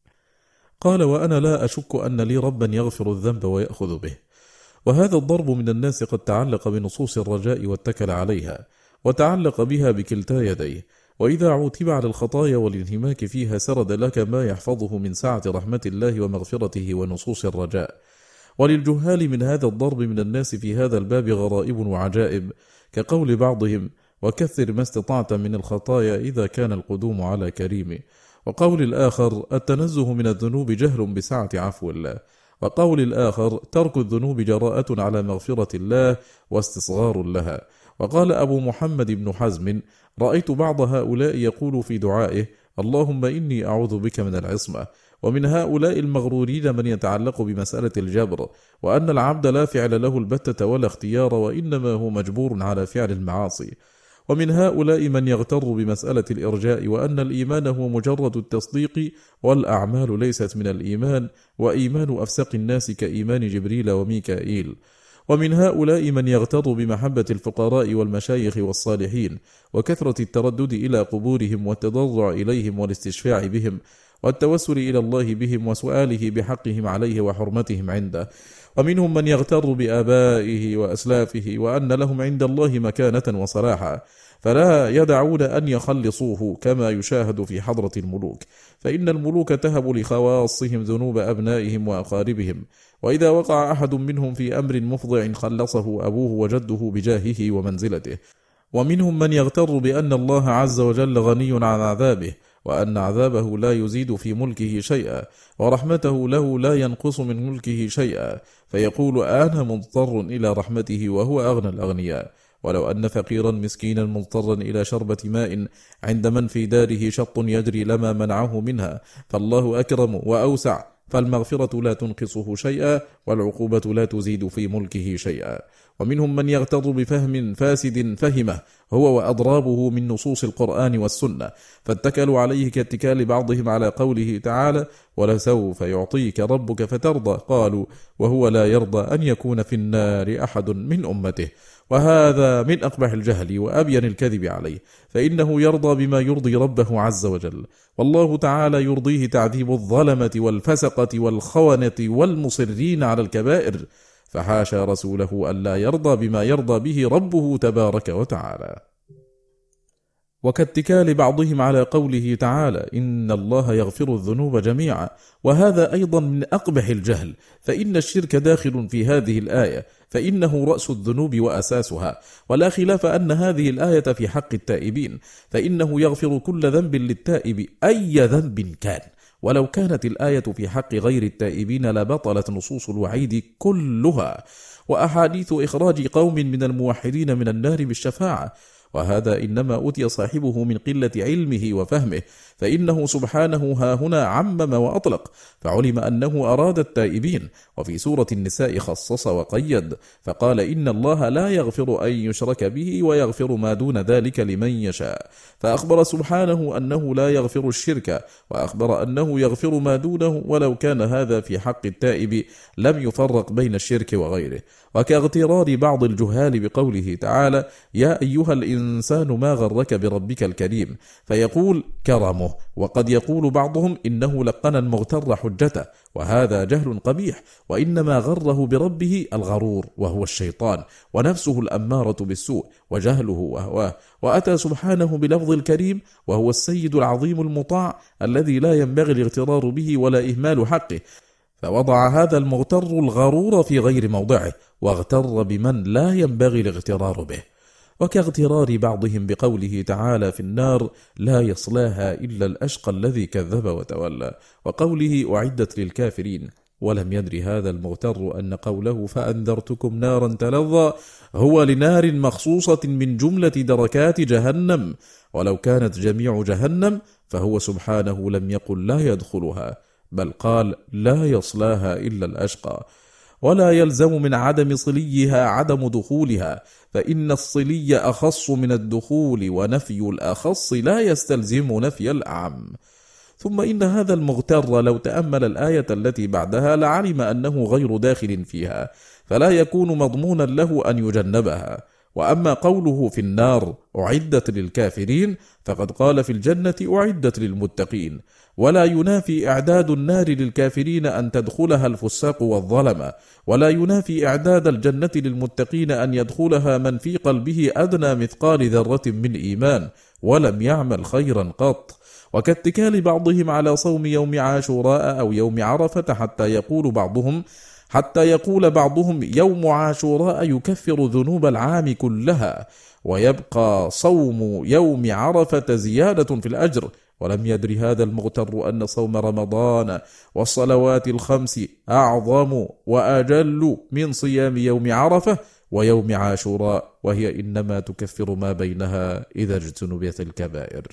قال: وأنا لا أشك أن لي ربا يغفر الذنب ويأخذ به. وهذا الضرب من الناس قد تعلق بنصوص الرجاء واتكل عليها، وتعلق بها بكلتا يديه، وإذا عوتب على الخطايا والانهماك فيها سرد لك ما يحفظه من سعة رحمة الله ومغفرته ونصوص الرجاء. وللجهال من هذا الضرب من الناس في هذا الباب غرائب وعجائب، كقول بعضهم: وكثر ما استطعت من الخطايا إذا كان القدوم على كريم، وقول الآخر: التنزه من الذنوب جهل بسعة عفو الله، وقول الآخر: ترك الذنوب جراءة على مغفرة الله واستصغار لها. وقال أبو محمد بن حزم: رأيت بعض هؤلاء يقول في دعائه: اللهم إني أعوذ بك من العصمة. ومن هؤلاء المغرورين من يتعلق بمسألة الجبر، وأن العبد لا فعل له البتة ولا اختيار، وإنما هو مجبور على فعل المعاصي. ومن هؤلاء من يغتر بمسألة الإرجاء وأن الإيمان هو مجرد التصديق والأعمال ليست من الإيمان، وإيمان أفسق الناس كإيمان جبريل وميكائيل. ومن هؤلاء من يغتر بمحبة الفقراء والمشايخ والصالحين وكثرة التردد إلى قبورهم والتضرع إليهم والاستشفاع بهم والتوسل إلى الله بهم وسؤاله بحقهم عليه وحرمتهم عنده. ومنهم من يغتر بآبائه وأسلافه وأن لهم عند الله مكانة وصلاحا، فلا يدعون أن يخلصوه كما يشاهد في حضرة الملوك، فإن الملوك تهب لخواصهم ذنوب أبنائهم وأقاربهم، وإذا وقع أحد منهم في أمر مفضع خلصه أبوه وجده بجاهه ومنزلته. ومنهم من يغتر بأن الله عز وجل غني عن عذابه، وأن عذابه لا يزيد في ملكه شيئا، ورحمته له لا ينقص من ملكه شيئا، فيقول أنا مضطر إلى رحمته وهو أغنى الأغنياء. ولو أن فقيرا مسكينا مضطرا إلى شربة ماء عند من في داره شط يجري لما منعه منها، فالله أكرم وأوسع، فالمغفرة لا تنقصه شيئا والعقوبة لا تزيد في ملكه شيئا. ومنهم من يغتر بفهم فاسد فهمه هو وأضرابه من نصوص القرآن والسنة، فاتكلوا عليه كاتكال بعضهم على قوله تعالى ولسوف يعطيك ربك فترضى، قالوا وهو لا يرضى أن يكون في النار أحد من أمته. وهذا من أقبح الجهل وأبين الكذب عليه، فإنه يرضى بما يرضي ربه عز وجل، والله تعالى يرضيه تعذيب الظلمة والفسقة والخونة والمصرين على الكبائر، فحاشا رسوله ألا يرضى بما يرضى به ربه تبارك وتعالى. وكاتكال بعضهم على قوله تعالى إن الله يغفر الذنوب جميعا، وهذا أيضا من أقبح الجهل، فإن الشرك داخل في هذه الآية، فإنه رأس الذنوب وأساسها، ولا خلاف أن هذه الآية في حق التائبين، فإنه يغفر كل ذنب للتائب أي ذنب كان، ولو كانت الآية في حق غير التائبين لبطلت نصوص الوعيد كلها، وأحاديث إخراج قوم من الموحدين من النار بالشفاعة، وهذا إنما أتي صاحبه من قلة علمه وفهمه، فإنه سبحانه هاهنا عمم وأطلق، فعلم أنه أراد التائبين، وفي سورة النساء خصص وقيد فقال إن الله لا يغفر أن يشرك به ويغفر ما دون ذلك لمن يشاء، فأخبر سبحانه أنه لا يغفر الشرك، وأخبر أنه يغفر ما دونه، ولو كان هذا في حق التائب لم يفرق بين الشرك وغيره. وكاغترار بعض الجهال بقوله تعالى يا أيها الإنسان ما غرك بربك الكريم، فيقول كرمه، وقد يقول بعضهم إنه لقن المغتر حجته، وهذا جهل قبيح، وإنما غره بربه الغرور وهو الشيطان، ونفسه الأمارة بالسوء وجهله وهواه، وأتى سبحانه بلفظ الكريم وهو السيد العظيم المطاع الذي لا ينبغي الاغترار به ولا إهمال حقه، فوضع هذا المغتر الغرور في غير موضعه، واغتر بمن لا ينبغي الاغترار به. وكاغترار بعضهم بقوله تعالى في النار لا يصلاها إلا الأشقى الذي كذب وتولى، وقوله أعدت للكافرين، ولم يدر هذا المغتر أن قوله فأنذرتكم نارا تلظى هو لنار مخصوصة من جملة دركات جهنم، ولو كانت جميع جهنم فهو سبحانه لم يقل لا يدخلها، بل قال لا يصلاها إلا الأشقى. ولا يلزم من عدم صليها عدم دخولها، فإن الصلي أخص من الدخول، ونفي الأخص لا يستلزم نفي الأعم. ثم إن هذا المغتر لو تأمل الآية التي بعدها لعلم أنه غير داخل فيها، فلا يكون مضمونا له أن يجنبها. وأما قوله في النار أعدت للكافرين، فقد قال في الجنة أعدت للمتقين، ولا ينافي إعداد النار للكافرين أن تدخلها الفساق والظلمة، ولا ينافي إعداد الجنة للمتقين أن يدخلها من في قلبه أدنى مثقال ذرة من إيمان ولم يعمل خيرا قط. وكاتكال بعضهم على صوم يوم عاشوراء أو يوم عرفة حتى يقول بعضهم حتى يقول بعضهم يوم عاشوراء يكفر ذنوب العام كلها، ويبقى صوم يوم عرفة زيادة في الأجر، ولم يدر هذا المغتر أن صوم رمضان والصلوات الخمس أعظم وأجل من صيام يوم عرفة ويوم عاشوراء، وهي إنما تكفر ما بينها إذا اجتنبت الكبائر.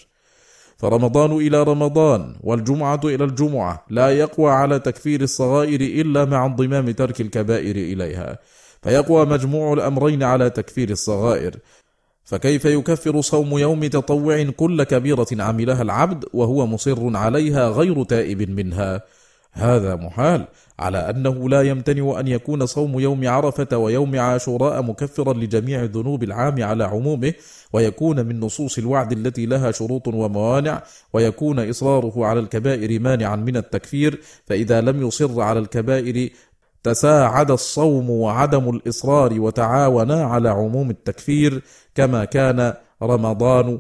فرمضان إلى رمضان والجمعة إلى الجمعة لا يقوى على تكفير الصغائر إلا مع انضمام ترك الكبائر إليها، فيقوى مجموع الأمرين على تكفير الصغائر، فكيف يكفر صوم يوم تطوع كل كبيرة عملها العبد وهو مصر عليها غير تائب منها؟ هذا محال، على أنه لا يمتنع أن يكون صوم يوم عرفة ويوم عاشوراء مكفرا لجميع الذنوب العام على عمومه، ويكون من نصوص الوعد التي لها شروط وموانع، ويكون إصراره على الكبائر مانعا من التكفير، فإذا لم يصر على الكبائر تساعد الصوم وعدم الإصرار وتعاونا على عموم التكفير، كما كان رمضان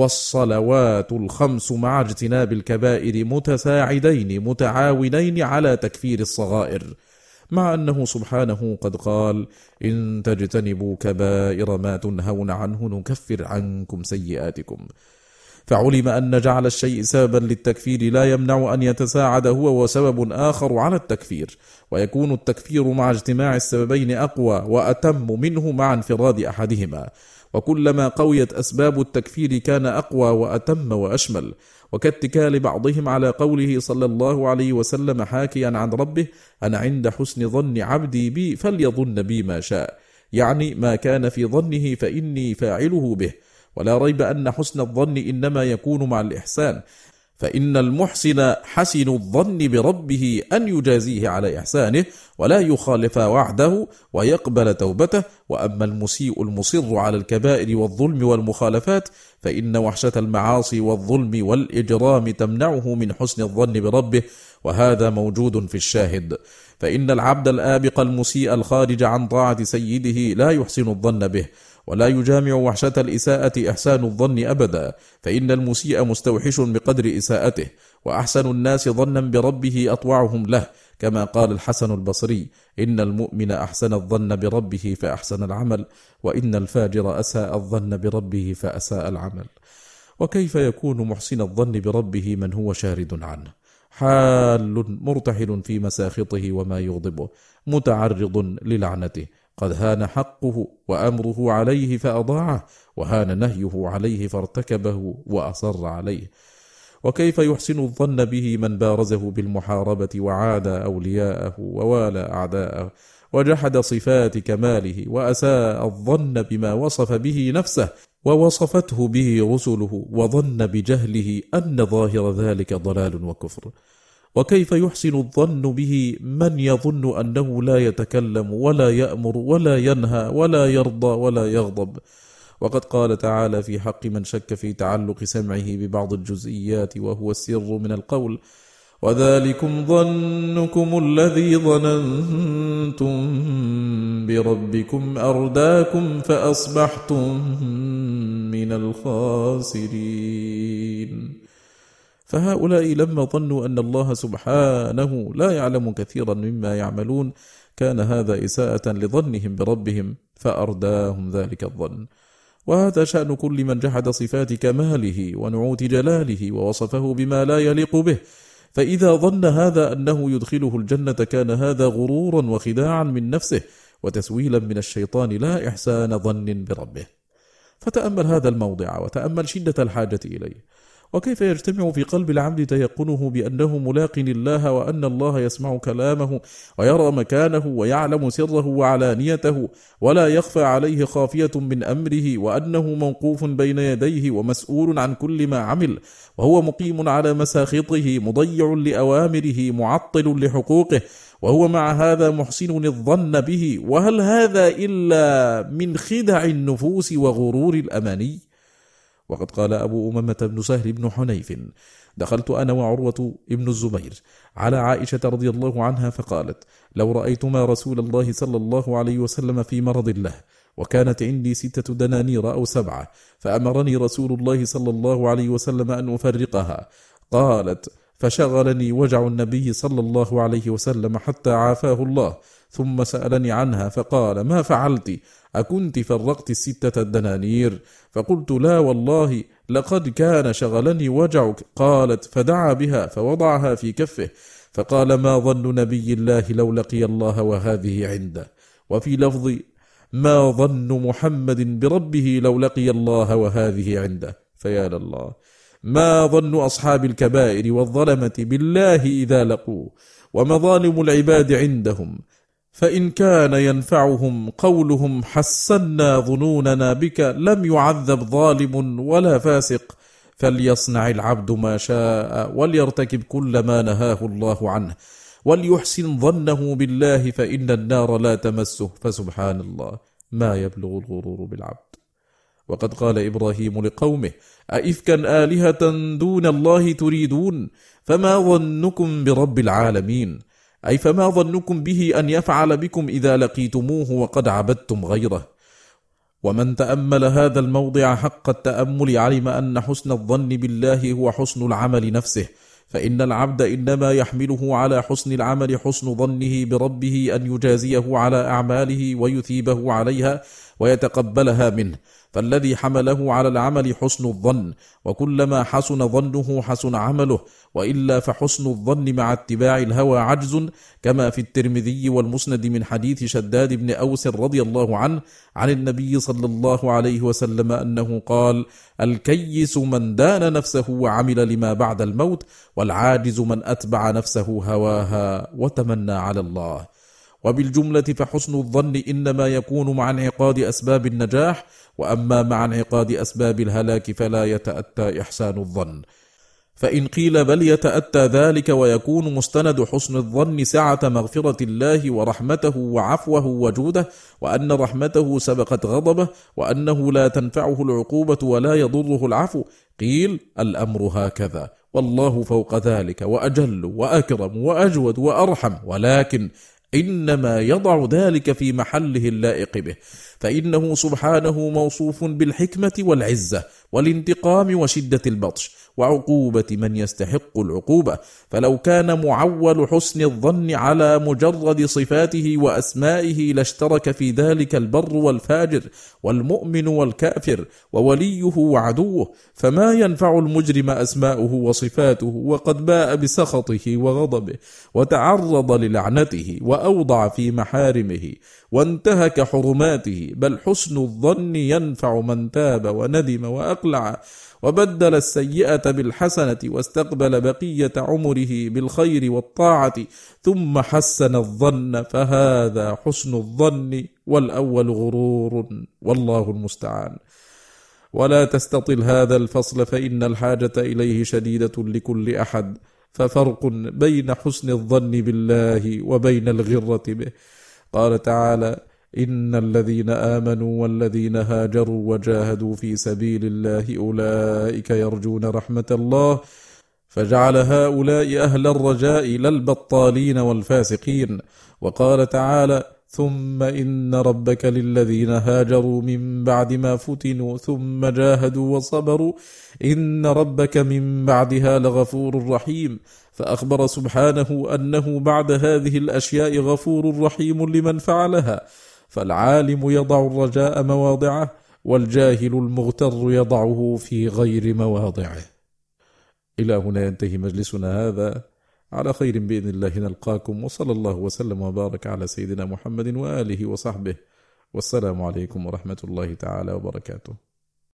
والصلوات الخمس مع اجتناب الكبائر متساعدين متعاونين على تكفير الصغائر، مع أنه سبحانه قد قال: إن تجتنبوا كبائر ما تنهون عنه نكفر عنكم سيئاتكم. فعلم أن جعل الشيء سببا للتكفير لا يمنع أن يتساعد هو وسبب آخر على التكفير، ويكون التكفير مع اجتماع السببين أقوى وأتم منه مع انفراد أحدهما، وكلما قويت أسباب التكفير كان أقوى وأتم وأشمل، وكاتكال بعضهم على قوله صلى الله عليه وسلم حاكيا عن ربه: أنا عند حسن ظن عبدي بي فليظن بي ما شاء، يعني ما كان في ظنه فإني فاعله به. ولا ريب أن حسن الظن إنما يكون مع الإحسان، فإن المحسن حسن الظن بربه أن يجازيه على إحسانه ولا يخالف وعده ويقبل توبته. وأما المسيء المصر على الكبائر والظلم والمخالفات فإن وحشة المعاصي والظلم والإجرام تمنعه من حسن الظن بربه، وهذا موجود في الشاهد. فإن العبد الآبق المسيء الخارج عن طاعة سيده لا يحسن الظن به، ولا يجامع وحشة الإساءة إحسان الظن أبدا، فإن المسيء مستوحش بقدر إساءته، وأحسن الناس ظنا بربه أطوعهم له، كما قال الحسن البصري: إن المؤمن أحسن الظن بربه فأحسن العمل، وإن الفاجر أساء الظن بربه فأساء العمل. وكيف يكون محسن الظن بربه من هو شارد عنه، حال مرتحل في مساخطه وما يغضبه، متعرض للعنته، قد هان حقه وأمره عليه فأضاعه، وهان نهيه عليه فارتكبه وأصر عليه. وكيف يحسن الظن به من بارزه بالمحاربة وعاد أولياءه ووالى أعداءه وجحد صفات كماله وأساء الظن بما وصف به نفسه ووصفته به رسله، وظن بجهله أن ظاهر ذلك ضلال وكفر. وكيف يحسن الظن به من يظن أنه لا يتكلم ولا يأمر ولا ينهى ولا يرضى ولا يغضب، وقد قال تعالى في حق من شك في تعلق سمعه ببعض الجزئيات وهو السر من القول: وذلكم ظنكم الذي ظننتم بربكم أرداكم فأصبحتم من الخاسرين. فهؤلاء لما ظنوا أن الله سبحانه لا يعلم كثيرا مما يعملون كان هذا إساءة لظنهم بربهم فأرداهم ذلك الظن. وهذا شأن كل من جحد صفات كماله ونعوت جلاله ووصفه بما لا يليق به، فإذا ظن هذا أنه يدخله الجنة كان هذا غرورا وخداعا من نفسه وتسويلا من الشيطان لا إحسان ظن بربه. فتأمل هذا الموضع وتأمل شدة الحاجة إليه، وكيف يجتمع في قلب العبد تيقنه بأنه ملاق الله وأن الله يسمع كلامه ويرى مكانه ويعلم سره وعلانيته ولا يخفى عليه خافية من أمره، وأنه موقوف بين يديه ومسؤول عن كل ما عمل، وهو مقيم على مساخطه مضيع لأوامره معطل لحقوقه، وهو مع هذا محسن الظن به. وهل هذا إلا من خدع النفوس وغرور الأماني؟ وقد قال أبو أمامة بن سهل بن حنيف: دخلت أنا وعروة ابن الزبير على عائشة رضي الله عنها فقالت: لو رأيتما رسول الله صلى الله عليه وسلم في مرض له، وكانت عندي ستة دنانير أو سبعة، فأمرني رسول الله صلى الله عليه وسلم أن أفرقها. قالت: فشغلني وجع النبي صلى الله عليه وسلم حتى عافاه الله، ثم سألني عنها فقال: ما فعلت؟ أكنت فرقت الستة الدنانير؟ فقلت: لا والله، لقد كان شغلني وجعك. قالت: فدعا بها فوضعها في كفه، فقال: ما ظن نبي الله لو لقي الله وهذه عنده؟ وفي لفظ: ما ظن محمد بربه لو لقي الله وهذه عنده؟ فيا لله، ما ظن أصحاب الكبائر والظلمة بالله إذا لقوه، ومظالم العباد عندهم؟ فإن كان ينفعهم قولهم حسنا ظنوننا بك لم يعذب ظالم ولا فاسق، فليصنع العبد ما شاء وليرتكب كل ما نهاه الله عنه، وليحسن ظنه بالله فإن النار لا تمسه، فسبحان الله ما يبلغ الغرور بالعبد. وقد قال إبراهيم لقومه: أئفكا آلهة دون الله تريدون، فما ظنكم برب العالمين، أي فما ظنكم به أن يفعل بكم إذا لقيتموه وقد عبدتم غيره. ومن تأمل هذا الموضع حق التأمل علم أن حسن الظن بالله هو حسن العمل نفسه، فإن العبد إنما يحمله على حسن العمل حسن ظنه بربه أن يجازيه على أعماله ويثيبه عليها ويتقبلها منه، فالذي حمله على العمل حسن الظن، وكلما حسن ظنه حسن عمله، وإلا فحسن الظن مع اتباع الهوى عجز، كما في الترمذي والمسند من حديث شداد بن أوس رضي الله عنه عن النبي صلى الله عليه وسلم أنه قال: الكيس من دان نفسه وعمل لما بعد الموت، والعاجز من أتبع نفسه هواها وتمنى على الله. وبالجملة فحسن الظن إنما يكون مع انعقاد أسباب النجاح، وأما مع انعقاد أسباب الهلاك فلا يتأتى إحسان الظن. فإن قيل بل يتأتى ذلك ويكون مستند حسن الظن سعة مغفرة الله ورحمته وعفوه وجوده، وأن رحمته سبقت غضبه، وأنه لا تنفعه العقوبة ولا يضره العفو، قيل الأمر هكذا، والله فوق ذلك وأجل وأكرم وأجود وأرحم، ولكن إنما يضع ذلك في محله اللائق به، فإنه سبحانه موصوف بالحكمة والعزة والانتقام وشدة البطش وعقوبة من يستحق العقوبة، فلو كان معول حسن الظن على مجرد صفاته وأسمائه لاشترك في ذلك البر والفاجر والمؤمن والكافر ووليه وعدوه، فما ينفع المجرم أسماؤه وصفاته وقد باء بسخطه وغضبه وتعرض للعنته وأوضع في محارمه وانتهك حرماته، بل حسن الظن ينفع من تاب وندم وأقلع وبدل السيئة بالحسنة واستقبل بقية عمره بالخير والطاعة ثم حسن الظن، فهذا حسن الظن، والأول غرور، والله المستعان. ولا تستطل هذا الفصل فإن الحاجة إليه شديدة لكل أحد، ففرق بين حسن الظن بالله وبين الغرة به. قال تعالى: إن الذين آمنوا والذين هاجروا وجاهدوا في سبيل الله أولئك يرجون رحمة الله، فجعل هؤلاء أهل الرجاء لا البطالين والفاسقين. وقال تعالى: ثم إن ربك للذين هاجروا من بعد ما فتنوا ثم جاهدوا وصبروا إن ربك من بعدها لغفور رحيم، فأخبر سبحانه أنه بعد هذه الأشياء غفور رحيم لمن فعلها. فالعالم يضع الرجاء مواضعه، والجاهل المغتر يضعه في غير مواضعه. إلى هنا ينتهي مجلسنا هذا، على خير بإذن الله نلقاكم، وصلى الله وسلم وبارك على سيدنا محمد وآله وصحبه، والسلام عليكم ورحمة الله تعالى وبركاته.